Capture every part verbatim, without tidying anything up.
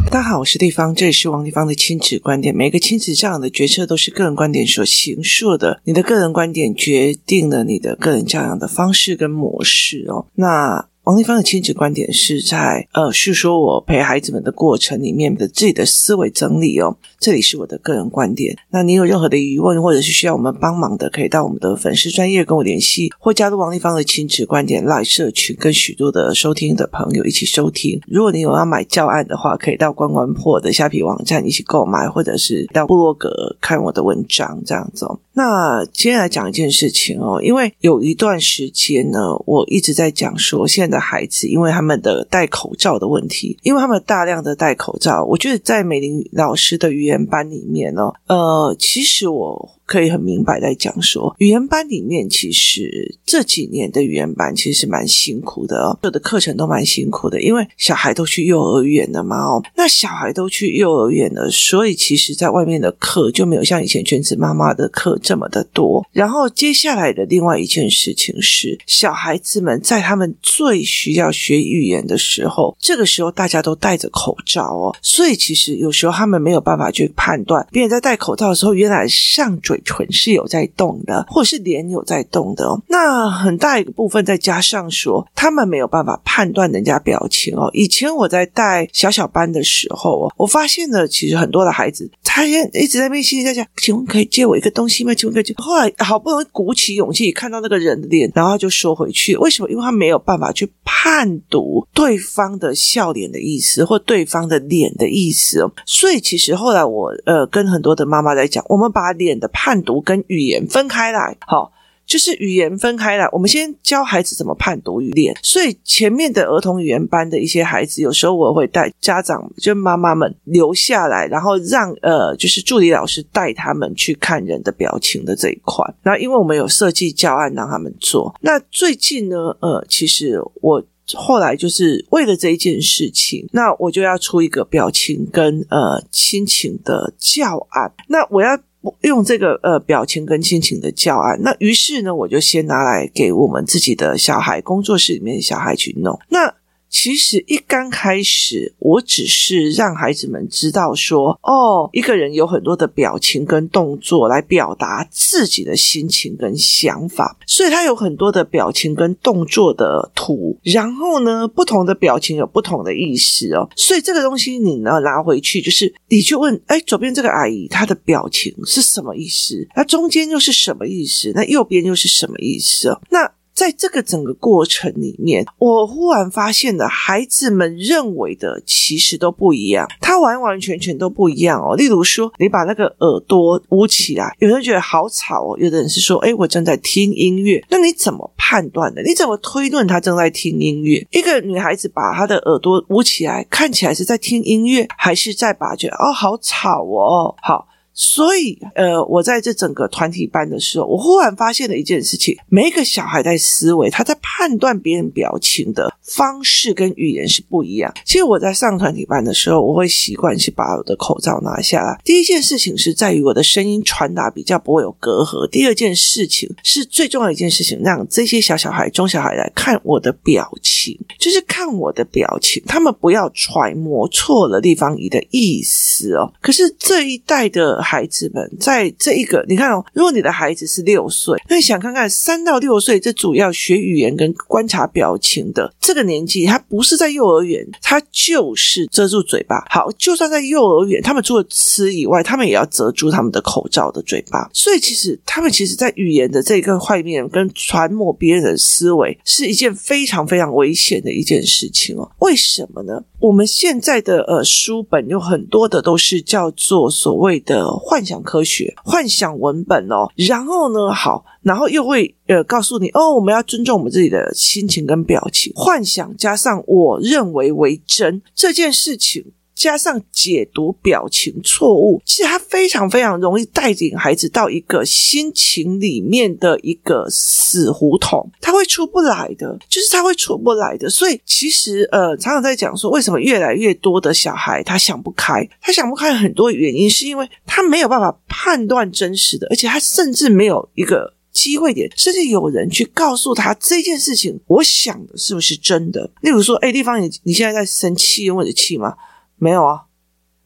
大家好，我是地方，这里是王地方的亲子观点。每个亲子这样的决策都是个人观点所形塑的，你的个人观点决定了你的个人教养的方式跟模式哦。那王地方的亲子观点是在呃叙说我陪孩子们的过程里面的自己的思维整理哦，这里是我的个人观点。那你有任何的疑问或者是需要我们帮忙的，可以到我们的粉丝专页跟我联系，或加入王地方的亲子观点 LINE 社群，跟许多的收听的朋友一起收听。如果你有要买教案的话，可以到关关破的虾皮网站一起购买，或者是到部落格看我的文章这样子哦。那接下来讲一件事情哦，因为有一段时间呢，我一直在讲说现在的孩子因为他们的戴口罩的问题，因为他们大量的戴口罩，我觉得在美玲老师的语言班里面呢，呃，其实我可以很明白在讲说，语言班里面其实这几年的语言班其实蛮辛苦的哦，有的课程都蛮辛苦的，因为小孩都去幼儿园了嘛哦，那小孩都去幼儿园了，所以其实在外面的课就没有像以前全职妈妈的课这么的多。然后接下来的另外一件事情是，小孩子们在他们最需要学语言的时候，这个时候大家都戴着口罩哦，所以其实有时候他们没有办法去判断别人在戴口罩的时候，原来上嘴唇是有在动的，或是脸有在动的哦。那很大一个部分再加上说，他们没有办法判断人家表情哦。以前我在带小小班的时候哦，我发现了其实很多的孩子他一直在那边心里在讲，请问可以借我一个东西吗？请问可以借？后来好不容易鼓起勇气看到那个人的脸，然后他就说回去。为什么？因为他没有办法去判读对方的笑脸的意思或对方的脸的意思哦。所以其实后来我呃跟很多的妈妈在讲，我们把脸的判读跟语言分开来，好，就是语言分开来，我们先教孩子怎么判读语言。所以前面的儿童语言班的一些孩子，有时候我会带家长就妈妈们留下来，然后让呃就是助理老师带他们去看人的表情的这一块。然后因为我们有设计教案让他们做，那最近呢呃其实我后来就是为了这一件事情，那我就要出一个表情跟呃亲情的教案。那我要用这个呃表情跟亲情的教案，那于是呢我就先拿来给我们自己的小孩工作室里面的小孩去弄。那其实一刚开始我只是让孩子们知道说，哦，一个人有很多的表情跟动作来表达自己的心情跟想法，所以他有很多的表情跟动作的图，然后呢不同的表情有不同的意思哦。所以这个东西你呢拿回去，就是你去问，哎，左边这个阿姨她的表情是什么意思，那中间又是什么意思，那右边又是什么意思哦。那在这个整个过程里面，我忽然发现了孩子们认为的其实都不一样，他完完全全都不一样哦。例如说你把那个耳朵捂起来，有人觉得好吵哦，有的人是说诶我正在听音乐，那你怎么判断的？你怎么推论他正在听音乐？一个女孩子把她的耳朵捂起来，看起来是在听音乐，还是在把觉得哦好吵哦。好，所以呃，我在这整个团体班的时候，我忽然发现了一件事情，每一个小孩在思维，他在判断别人表情的方式跟语言是不一样。其实我在上团体班的时候，我会习惯去把我的口罩拿下来。第一件事情是在于我的声音传达比较不会有隔阂，第二件事情是最重要的一件事情，让这些小小孩中小孩来看我的表情，就是看我的表情，他们不要揣摩错了地方仪的意思哦。可是这一代的孩子们在这一个，你看哦，如果你的孩子是六岁，那你想看看三到六岁这主要学语言跟观察表情的这个年纪，他不是在幼儿园，他就是遮住嘴巴。好，就算在幼儿园，他们除了吃以外，他们也要遮住他们的口罩的嘴巴。所以其实他们其实在语言的这个画面跟传播别人的思维是一件非常非常危险的一件事情哦。为什么呢？我们现在的呃书本有很多的都是叫做所谓的幻想科学、幻想文本哦，然后呢，好，然后又会呃告诉你哦，我们要尊重我们自己的心情跟表情，幻想加上我认为为真这件事情，加上解读表情错误，其实它非常非常容易带领孩子到一个心情里面的一个死胡同，他会出不来的，就是他会出不来的。所以其实呃，常常在讲说为什么越来越多的小孩他想不开，他想不开很多原因是因为他没有办法判断真实的，而且他甚至没有一个机会点，甚至有人去告诉他这件事情我想的是不是真的。例如说诶地方你你现在在生气或者气吗？没有啊，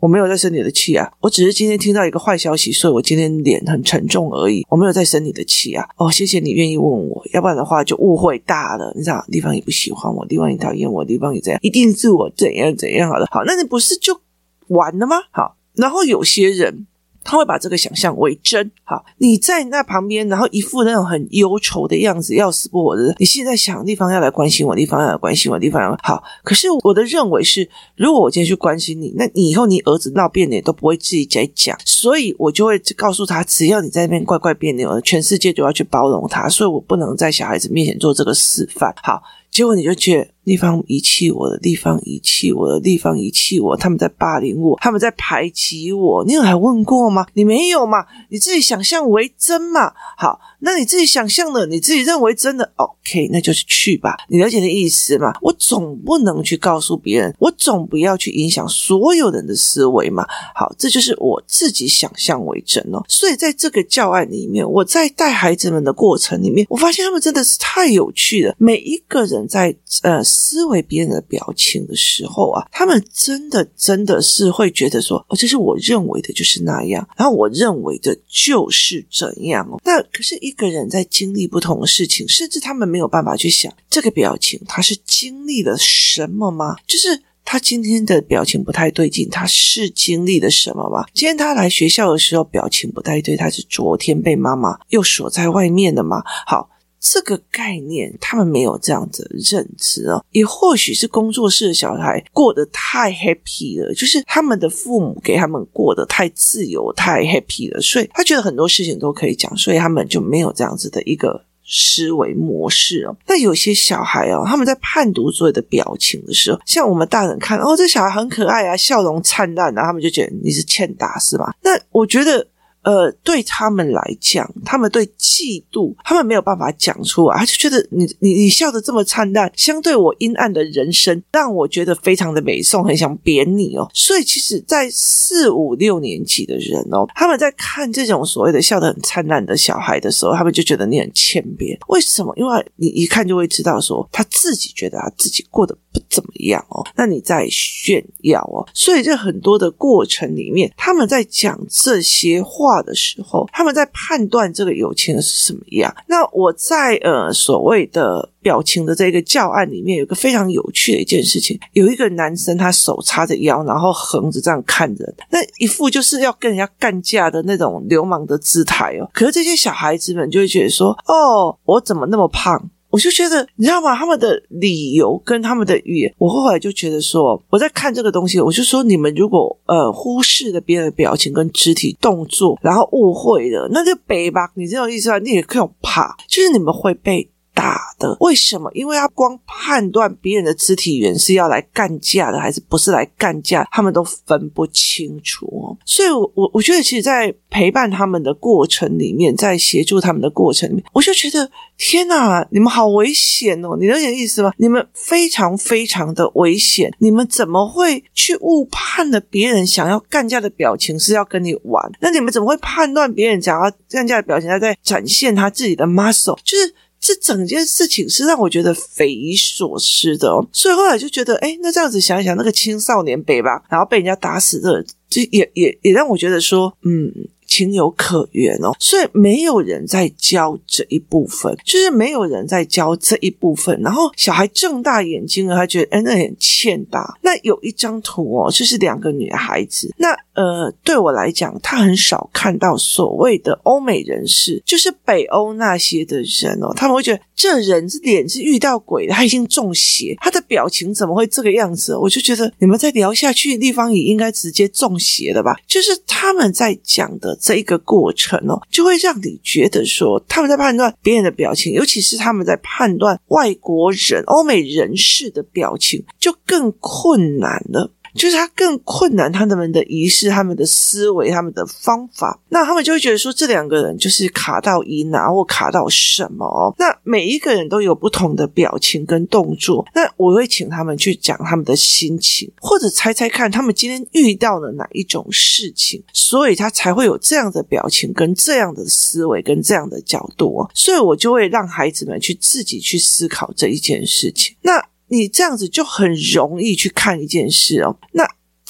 我没有在生你的气啊，我只是今天听到一个坏消息，所以我今天脸很沉重而已，我没有在生你的气啊。哦，谢谢你愿意问我，要不然的话就误会大了，你知道，地方也不喜欢我，地方也讨厌我，地方也这样，一定是我怎样怎样好了。好，那你不是就完了吗？好，然后有些人他会把这个想象为真。好，你在那旁边，然后一副那种很忧愁的样子，要死不活的，你现在想地方要来关心我，地方要来关心我，地方要好。可是我的认为是，如果我今天去关心你，那你以后你儿子闹别扭都不会自己在讲，所以我就会告诉他，只要你在那边怪怪别扭，全世界都要去包容他，所以我不能在小孩子面前做这个示范。好，结果你就觉得地方遗弃我的，地方遗弃我的，地方遗弃我，他们在霸凌我，他们在排挤我，你有来问过吗？你没有嘛？你自己想象为真嘛？好，那你自己想象的，你自己认为真的 OK， 那就是去吧。你了解的意思嘛？我总不能去告诉别人，我总不要去影响所有人的思维嘛。好，这就是我自己想象为真哦。所以在这个教案里面，我在带孩子们的过程里面，我发现他们真的是太有趣了。每一个人在呃思维别人的表情的时候啊，他们真的真的是会觉得说，哦，这是我认为的就是那样，然后我认为的就是怎样哦。那可是一个人在经历不同的事情，甚至他们没有办法去想这个表情他是经历了什么吗？就是他今天的表情不太对劲，他是经历了什么吗？今天他来学校的时候表情不太对，他是昨天被妈妈又锁在外面的吗？好，这个概念他们没有这样的认知哦，也或许是工作室的小孩过得太 happy 了，就是他们的父母给他们过得太自由太 happy 了，所以他觉得很多事情都可以讲，所以他们就没有这样子的一个思维模式哦。那有些小孩哦，他们在判读所有的表情的时候，像我们大人看哦，这小孩很可爱啊，笑容灿烂啊，他们就觉得你是欠打是吧？那我觉得呃，对他们来讲，他们对嫉妒，他们没有办法讲出来，他就觉得你你你笑得这么灿烂，相对我阴暗的人生，让我觉得非常的美颂，很想扁你哦。所以其实在四五六年级的人哦，他们在看这种所谓的笑得很灿烂的小孩的时候，他们就觉得你很欠扁。为什么？因为你一看就会知道说，他自己觉得他自己过得不怎么样哦，那你在炫耀哦。所以这很多的过程里面，他们在讲这些话的时候，他们在判断这个友情是什么样。那我在呃所谓的表情的这个教案里面，有个非常有趣的一件事情，有一个男生他手叉着腰，然后横着这样看人，那一副就是要跟人家干架的那种流氓的姿态哦。可是这些小孩子们就会觉得说，哦，我怎么那么胖？我就觉得你知道吗，他们的理由跟他们的语言，我后来就觉得说，我在看这个东西，我就说你们如果呃忽视了别人的表情跟肢体动作，然后误会了，那就北吧，你这种意思啊，你也可以怕，就是你们会被打的。为什么？因为他光判断别人的肢体语言是要来干架的还是不是来干架，他们都分不清楚哦。所以我我我觉得其实在陪伴他们的过程里面，在协助他们的过程里面，我就觉得天哪，你们好危险哦！你了解意思吗？你们非常非常的危险，你们怎么会去误判了别人想要干架的表情是要跟你玩？那你们怎么会判断别人想要干架的表情他在展现他自己的 muscle？ 就是这整件事情是让我觉得匪夷所思的哦。所以后来就觉得，诶，那这样子想一想，那个青少年北吧，然后被人家打死的，就也也也让我觉得说，嗯，情有可原哦。所以没有人在教这一部分，就是没有人在教这一部分，然后小孩睁大眼睛了，他觉得诶那很欠打。那有一张图哦，就是两个女孩子，那呃对我来讲，他很少看到所谓的欧美人士，就是北欧那些的人哦，他们会觉得这人是脸是遇到鬼的，他已经中邪，他的表情怎么会这个样子？我就觉得你们再聊下去的地方也应该直接中邪了吧。就是他们在讲的这一个过程哦，就会让你觉得说他们在判断别人的表情，尤其是他们在判断外国人欧美人士的表情就更困难了。就是他更困难他们的仪式，他们的思维，他们的方法，那他们就会觉得说这两个人就是卡到音啊，或卡到什么哦。那每一个人都有不同的表情跟动作，那我会请他们去讲他们的心情，或者猜猜看他们今天遇到了哪一种事情，所以他才会有这样的表情跟这样的思维跟这样的角度哦。所以我就会让孩子们去自己去思考这一件事情。那你这样子就很容易去看一件事哦。那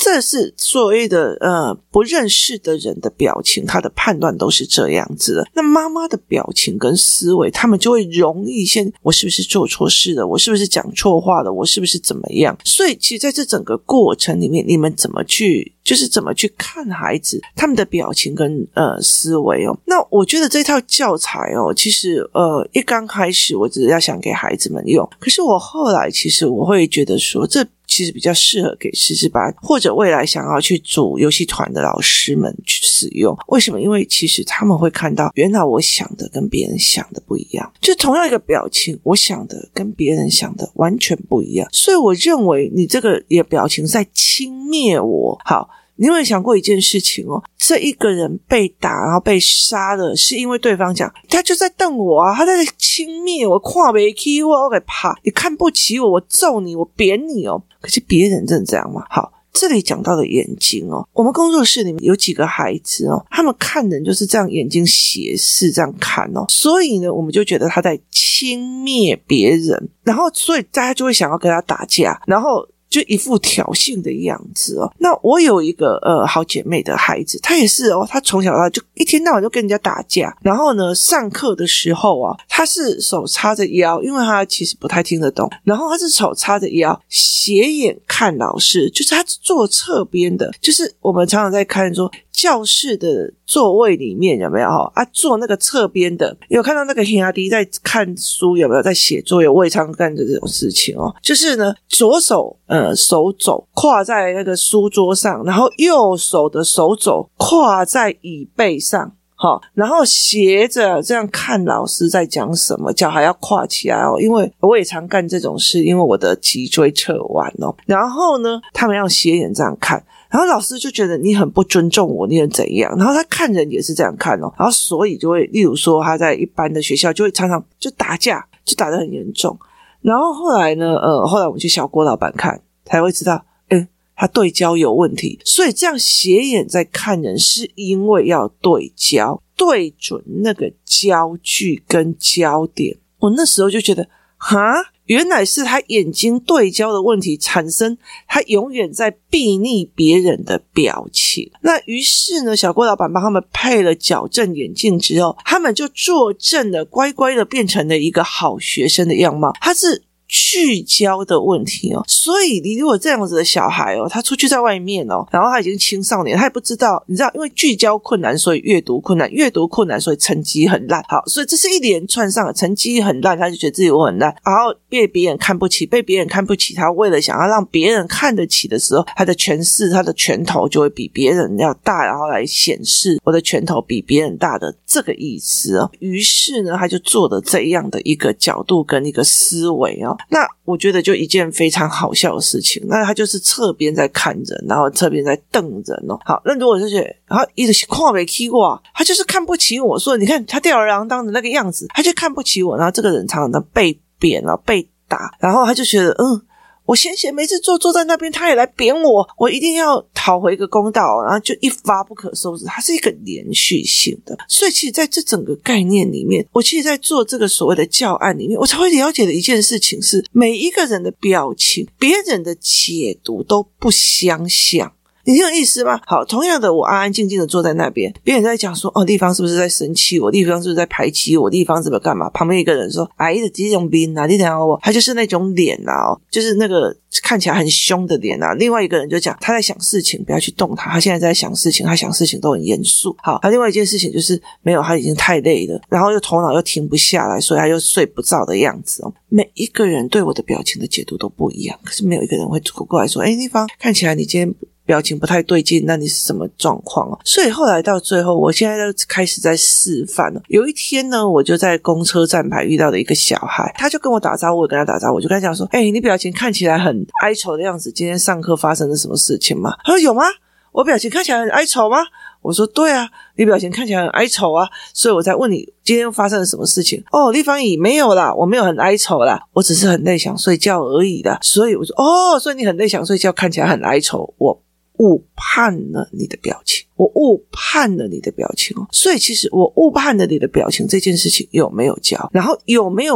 这是所谓的呃不认识的人的表情，他的判断都是这样子的。那妈妈的表情跟思维，他们就会容易先，我是不是做错事了，我是不是讲错话了，我是不是怎么样。所以其实在这整个过程里面，你们怎么去就是怎么去看孩子他们的表情跟呃思维哦。那我觉得这套教材哦，其实呃一刚开始我只是要想给孩子们用，可是我后来其实我会觉得说，这其实比较适合给师资班或者未来想要去组游戏团的老师们去使用。为什么？因为其实他们会看到原来我想的跟别人想的不一样，就同样一个表情，我想的跟别人想的完全不一样。所以我认为你这个也表情在轻蔑我。好，你有没有想过一件事情哦？这一个人被打然后被杀了，是因为对方讲他就在瞪我啊，他在轻蔑我，看不起我，我给怕，你看不起我，我揍你，我扁你哦。可是别人真的这样吗？好，这里讲到的眼睛哦，我们工作室里面有几个孩子哦，他们看人就是这样，眼睛斜视这样看哦，所以呢，我们就觉得他在轻蔑别人，然后所以大家就会想要跟他打架，然后就一副挑衅的样子哦。那我有一个呃好姐妹的孩子，她也是哦，她从小到大就一天到晚就跟人家打架，然后呢上课的时候啊，她是手叉着腰，因为她其实不太听得懂，然后她是手叉着腰斜眼看老师，就是她坐侧边的，就是我们常常在看说教室的座位里面有没有啊？坐那个侧边的，有看到那个兄弟在看书，有没有在写作业？我也常干这种事情哦。就是呢，左手呃手肘跨在那个书桌上，然后右手的手肘跨在椅背上。好，然后斜着这样看老师在讲什么，脚还要跨起来哦，因为我也常干这种事，因为我的脊椎侧弯哦。然后呢，他们要斜眼这样看，然后老师就觉得你很不尊重我，你很怎样，然后他看人也是这样看哦，然后所以就会，例如说他在一般的学校就会常常就打架，就打得很严重。然后后来呢，呃，后来我们去小郭老板看，才会知道，诶他对焦有问题，所以这样斜眼在看人是因为要对焦，对准那个焦距跟焦点。我那时候就觉得，哈，原来是他眼睛对焦的问题产生，他永远在避睨别人的表情。那于是呢，小郭老板帮他们配了矫正眼镜之后，他们就坐正了，乖乖的变成了一个好学生的样貌。他是聚焦的问题哦，所以你如果这样子的小孩哦，他出去在外面哦，然后他已经青少年，他也不知道，你知道，因为聚焦困难，所以阅读困难，阅读困难，所以成绩很烂。好，所以这是一连串上的，成绩很烂，他就觉得自己我很烂，然后被别人看不起，被别人看不起，他为了想要让别人看得起的时候，他的权势，他的拳头就会比别人要大，然后来显示我的拳头比别人大的这个意思哦。于是呢，他就做了这样的一个角度跟一个思维哦。那我觉得就一件非常好笑的事情，那他就是侧边在看人，然后侧边在瞪人哦。好，那如果是觉得然后一直看不起我，他就是看不起我，说你看他吊儿郎当的那个样子，他就看不起我，然后这个人常常的被扁了被打，然后他就觉得嗯我闲闲没事做，坐在那边他也来扁我，我一定要讨回一个公道，然后就一发不可收拾。它是一个连续性的，所以其实在这整个概念里面，我其实在做这个所谓的教案里面，我才会了解的一件事情是，每一个人的表情别人的解读都不相像。你听有意思吗？好，同样的，我安安静静的坐在那边，别人在讲说，哦，地方是不是在生气我？地方是不是在排挤我？地方是不是干嘛？旁边一个人说，哎的这种兵啊，你听我，他就是那种脸啊，就是那个看起来很凶的脸啊。另外一个人就讲，他在想事情，不要去动他，他现在在想事情，他想事情都很严肃。好，他另外一件事情就是没有，他已经太累了，然后又头脑又停不下来，所以他又睡不着的样子哦。每一个人对我的表情的解读都不一样，可是没有一个人会走过来说，哎，地方看起来你今天表情不太对劲，那你是什么状况哦？所以后来到最后，我现在都开始在示范了。有一天呢，我就在公车站牌遇到的一个小孩，他就跟我打招呼，我跟他打招呼，我就跟他讲说，哎，你表情看起来很哀愁的样子，今天上课发生了什么事情吗？他说有吗？我表情看起来很哀愁吗？我说对啊，你表情看起来很哀愁啊，所以我才问你今天发生了什么事情。哦，立方乙没有啦，我没有很哀愁啦，我只是很累想睡觉而已啦。所以我说哦，所以你很累想睡觉，看起来很哀愁，我误判了你的表情，我误判了你的表情哦。所以其实我误判了你的表情这件事情有没有教，然后有没有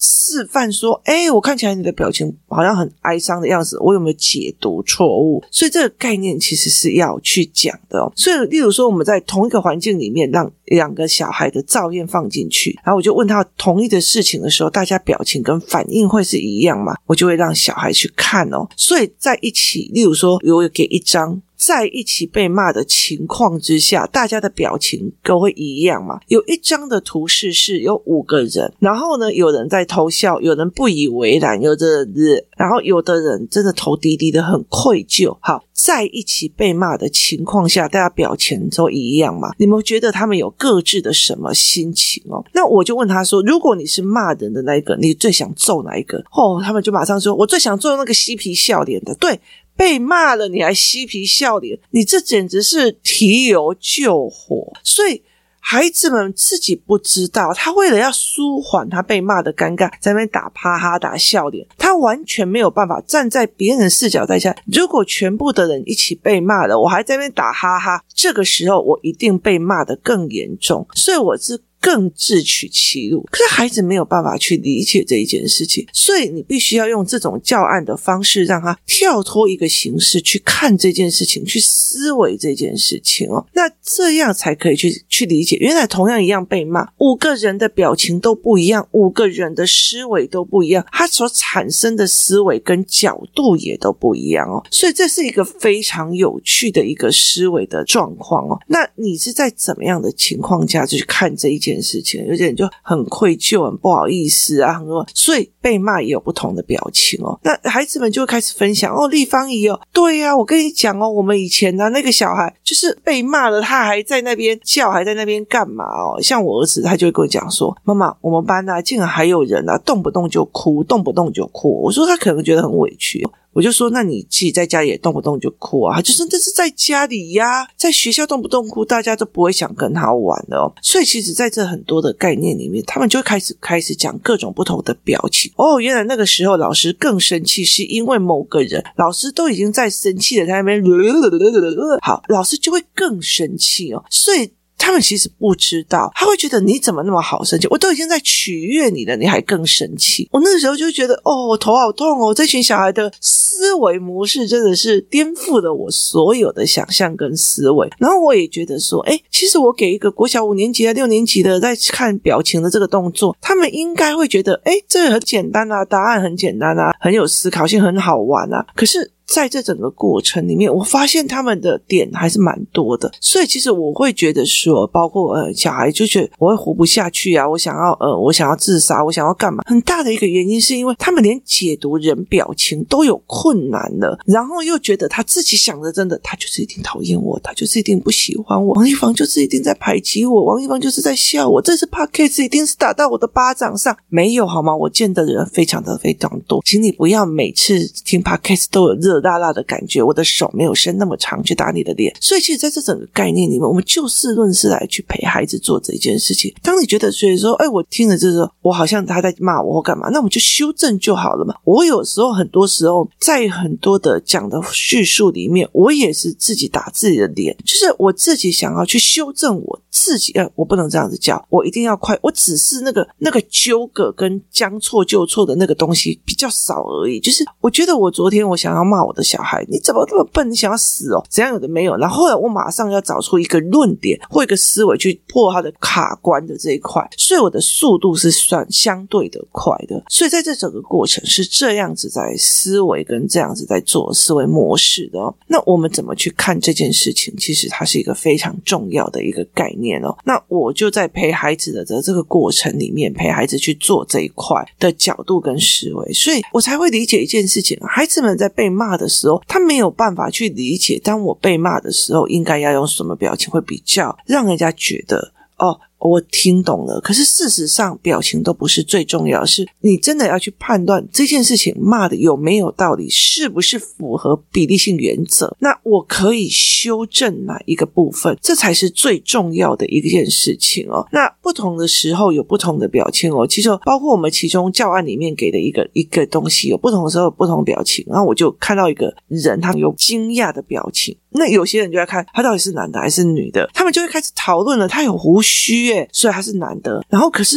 示范说，诶，我看起来你的表情好像很哀伤的样子，我有没有解读错误？所以这个概念其实是要去讲的哦。所以例如说我们在同一个环境里面让两个小孩的照片放进去，然后我就问他同一的事情的时候，大家表情跟反应会是一样吗？我就会让小孩去看哦。所以在一起，例如说我有给一张在一起被骂的情况之下，大家的表情都会一样嘛？有一张的图示是有五个人，然后呢，有人在偷笑，有人不以为然，有的人，然后有的人真的头低低的很愧疚。好，在一起被骂的情况下，大家表情都一样嘛？你们觉得他们有各自的什么心情哦？那我就问他说，如果你是骂人的那一个，你最想揍哪一个？哦，他们就马上说，我最想揍那个嬉皮笑脸的。对，被骂了你还嬉皮笑脸，你这简直是提油救火。所以孩子们自己不知道，他为了要舒缓他被骂的尴尬，在那边打哈哈打笑脸，他完全没有办法站在别人的视角在下，如果全部的人一起被骂了，我还在那边打哈哈，这个时候我一定被骂得更严重。所以我是更自取其辱。可是孩子没有办法去理解这一件事情，所以你必须要用这种教案的方式，让他跳脱一个形式去看这件事情，去思维这件事情哦。那这样才可以去去理解，原来同样一样被骂，五个人的表情都不一样，五个人的思维都不一样，他所产生的思维跟角度也都不一样哦。所以这是一个非常有趣的一个思维的状况哦。那你是在怎么样的情况下去看这一件事情？有些人就很愧疚，很不好意思啊，很多，所以被骂也有不同的表情哦。那孩子们就会开始分享哦，立方姨哦，对呀、啊，我跟你讲哦，我们以前呢、啊、那个小孩就是被骂了，他还在那边叫，还在那边干嘛哦？像我儿子他就会跟我讲说，妈妈，我们班啊竟然还有人啊动不动就哭，动不动就哭。我说他可能觉得很委屈，我就说那你自己在家里也动不动就哭啊？他就说这是在家里呀、啊，在学校动不动哭，大家都不会想跟他玩的哦。所以其实在这很多的概念里面，他们就会开始开始讲各种不同的表情。哦，原来那个时候老师更生气，是因为某个人，老师都已经在生气了，在那边好，老师就会更生气哦。所以他们其实不知道，他会觉得你怎么那么好生气，我都已经在取悦你了，你还更生气。我那个时候就觉得哦，我头好痛哦，这群小孩的思维模式真的是颠覆了我所有的想象跟思维。然后我也觉得说，诶，其实我给一个国小五年级啊六年级的在看表情的这个动作，他们应该会觉得诶，这个很简单啊，答案很简单啊，很有思考性，很好玩啊。可是在这整个过程里面，我发现他们的点还是蛮多的。所以其实我会觉得说，包括呃小孩就觉得我会活不下去啊，我想要呃我想要自杀，我想要干嘛，很大的一个原因是因为他们连解读人表情都有困难了，然后又觉得他自己想的真的他就是一定讨厌我，他就是一定不喜欢我，王一芳就是一定在排挤我，王一芳就是在笑我，这次 podcast 一定是打到我的巴掌上。没有好吗？我见的人非常的非常多，请你不要每次听 podcast 都有热辣辣的感觉，我的手没有伸那么长去打你的脸。所以其实在这整个概念里面，我们就事论事来去陪孩子做这一件事情。当你觉得所以说哎，我听了这个我好像他在骂我或干嘛，那我们就修正就好了嘛。我有时候很多时候在很多的讲的叙述里面，我也是自己打自己的脸，就是我自己想要去修正我自己，呃，我不能这样子教，我一定要快，我只是那个那个纠葛跟将错就错的那个东西比较少而已。就是我觉得我昨天我想要骂我的小孩，你怎么这么笨，你想要死哦，怎样有的没有，然后后来我马上要找出一个论点或一个思维去破他的卡关的这一块，所以我的速度是算相对的快的。所以在这整个过程是这样子在思维跟这样子在做思维模式的哦。那我们怎么去看这件事情，其实它是一个非常重要的一个概念哦。那我就在陪孩子的这个过程里面，陪孩子去做这一块的角度跟思维，所以我才会理解一件事情，孩子们在被骂的时候，他没有办法去理解当我被骂的时候应该要用什么表情会比较让人家觉得哦我听懂了。可是事实上表情都不是最重要的，是你真的要去判断这件事情骂的有没有道理，是不是符合比例性原则，那我可以修正哪一个部分，这才是最重要的一件事情哦。那不同的时候有不同的表情哦，其实包括我们其中教案里面给的一个一个东西，有不同的时候有不同的表情，然后我就看到一个人他有惊讶的表情，那有些人就在看他到底是男的还是女的，他们就会开始讨论了，他有胡须耶，所以他是男的。然后可是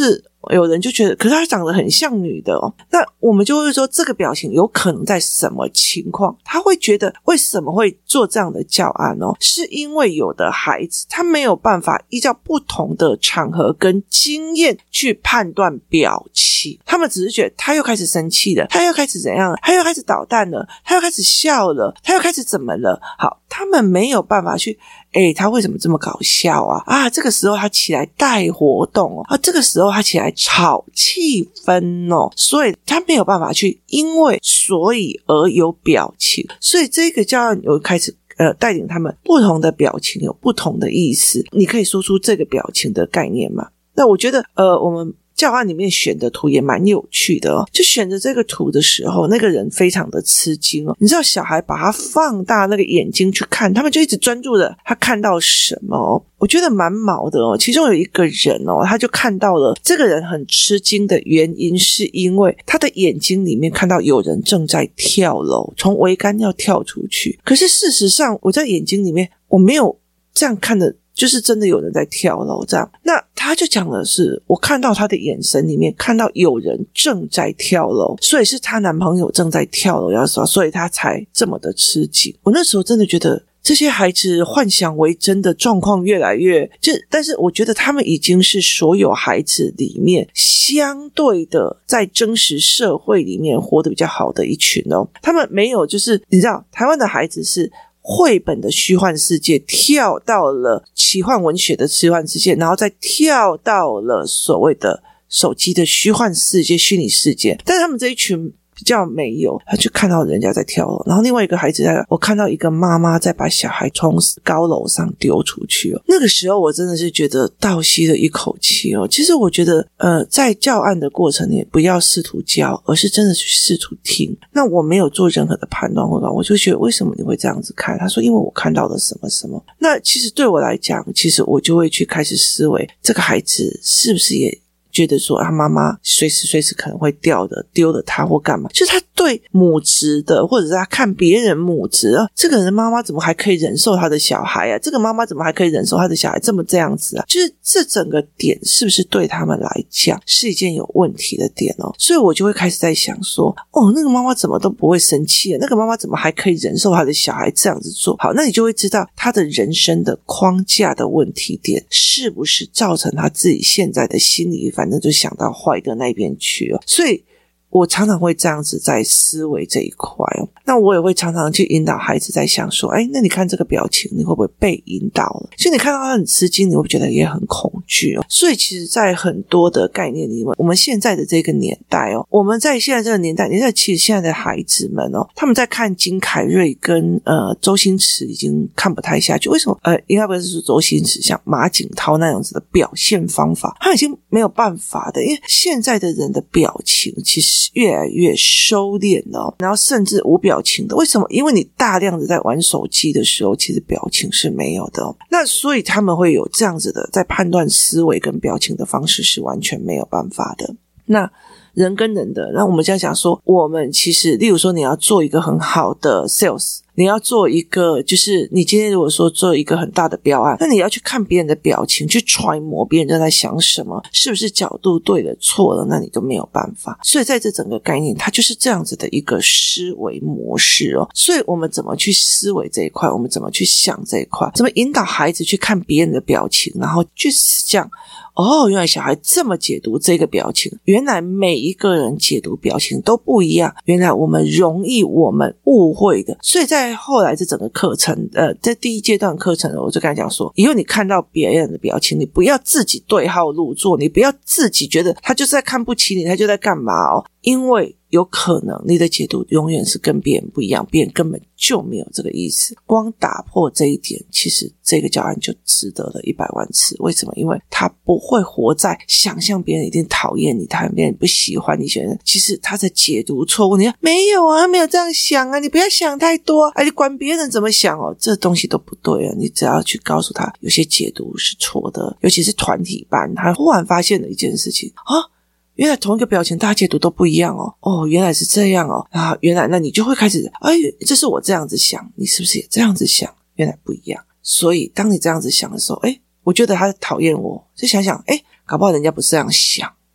有人就觉得可是他长得很像女的哦，那我们就会说这个表情有可能在什么情况，他会觉得为什么会做这样的教案哦，是因为有的孩子他没有办法依照不同的场合跟经验去判断表情，他们只是觉得他又开始生气了，他又开始怎样了，他又开始捣蛋了，他又开始笑了，他又开始怎么了，好，他们没有办法去诶他为什么这么搞笑啊啊，这个时候他起来带活动哦，啊，这个时候他起来炒气氛哦，所以他没有办法去因为所以而有表情，所以这个教案有开始呃，带领他们不同的表情有不同的意思，你可以说出这个表情的概念吗？那我觉得呃，我们教案里面选的图也蛮有趣的哦，就选择这个图的时候，那个人非常的吃惊哦。你知道小孩把他放大那个眼睛去看，他们就一直专注的他看到什么哦，我觉得蛮毛的哦。其中有一个人哦，他就看到了这个人很吃惊的原因是因为他的眼睛里面看到有人正在跳楼，从桅杆要跳出去，可是事实上我在眼睛里面我没有这样看的，就是真的有人在跳楼这样。那他就讲的是我看到他的眼神里面看到有人正在跳楼，所以是她男朋友正在跳楼要说，所以他才这么的吃惊。我那时候真的觉得这些孩子幻想为真的状况越来越就，但是我觉得他们已经是所有孩子里面相对的在真实社会里面活得比较好的一群哦。他们没有就是你知道台湾的孩子是绘本的虚幻世界跳到了奇幻文学的奇幻世界，然后再跳到了所谓的手机的虚幻世界虚拟世界，但是他们这一群比较没有，他就看到人家在跳楼，然后另外一个孩子在，我看到一个妈妈在把小孩从高楼上丢出去哦。那个时候我真的是觉得倒吸了一口气哦。其实我觉得呃，在教案的过程里不要试图教，而是真的去试图听。那我没有做任何的判断或者我就觉得为什么你会这样子看，他说因为我看到了什么什么。那其实对我来讲，其实我就会去开始思维这个孩子是不是也觉得说他妈妈随时随时可能会掉的丢了他或干嘛，就是他对母职的或者是他看别人母职啊，这个人妈妈怎么还可以忍受他的小孩啊，这个妈妈怎么还可以忍受他的小孩这么这样子啊，就是这整个点是不是对他们来讲是一件有问题的点哦。所以我就会开始在想说哦，那个妈妈怎么都不会生气啊，那个妈妈怎么还可以忍受他的小孩这样子做。好，那你就会知道他的人生的框架的问题点是不是造成他自己现在的心理反正就想到坏的那边去哦。所以我常常会这样子在思维这一块哦。那我也会常常去引导孩子在想说，哎，那你看这个表情你会不会被引导了？其实你看到他很吃惊，你会不会觉得也很恐惧哦？所以其实在很多的概念里面，我们现在的这个年代哦，我们在现在这个年代，你在其实现在的孩子们哦，他们在看金凯瑞跟呃周星驰已经看不太下去。为什么？呃，应该不是说周星驰像马景涛那样子的表现方法，他已经没有办法的，因为现在的人的表情其实越来越收敛了哦，然后甚至无表情的。为什么？因为你大量的在玩手机的时候，其实表情是没有的哦。那所以他们会有这样子的在判断思维跟表情的方式是完全没有办法的。那人跟人的，那我们这样讲说，我们其实例如说你要做一个很好的 sales， 你要做一个就是你今天如果说做一个很大的标案，那你要去看别人的表情，去揣摩别人正在想什么，是不是角度对了错了，那你都没有办法。所以在这整个概念它就是这样子的一个思维模式哦。所以我们怎么去思维这一块，我们怎么去想这一块，怎么引导孩子去看别人的表情，然后去想哦，原来小孩这么解读这个表情，原来每一个人解读表情都不一样，原来我们容易我们误会的。所以在后来这整个课程呃，在第一阶段课程我就跟他讲说，以后你看到别人的表情，你不要自己对号入座，你不要自己觉得他就是在看不起你，他就在干嘛哦，因为有可能你的解读永远是跟别人不一样，别人根本就没有这个意思。光打破这一点，其实这个教案就值得了一百万次。为什么？因为他不会活在想象别人一定讨厌你，他别人不喜欢你，其实他在解读错误。你说没有啊，他没有这样想啊，你不要想太多啊，你管别人怎么想哦，这东西都不对啊。你只要去告诉他有些解读是错的，尤其是团体班，他忽然发现了一件事情啊，原来同一个表情大家解读都不一样哦，哦，原来是这样哦，啊，原来那你就会开始，哎，这是我这样子想，你是不是也这样子想？原来不一样。所以当你这样子想的时候，哎，我觉得他讨厌我，就想想，哎，搞不好人家不是这样想，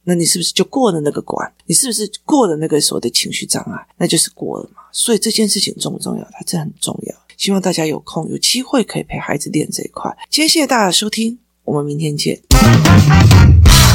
那你是不是就过了那个关？你是不是过了那个所谓的情绪障碍？那就是过了嘛。所以这件事情重不重要？它真的很重要。希望大家有空有机会可以陪孩子练这一块。今天谢谢大家的收听，我们明天见。